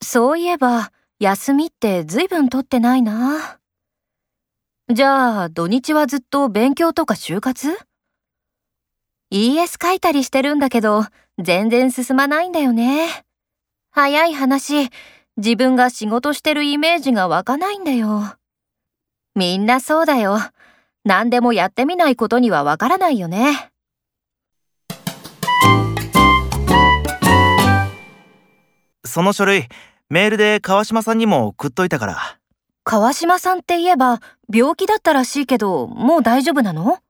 そういえば、休みってずいぶん取ってないな。じゃあ、土日はずっと勉強とか就活？ ES 書いたりしてるんだけど、全然進まないんだよね。早い話、自分が仕事してるイメージが湧かないんだよ。みんなそうだよ。何でもやってみないことにはわからないよね。 その書類、メールで川島さんにも送っといたから。 川島さんって言えば、病気だったらしいけど、もう大丈夫なの？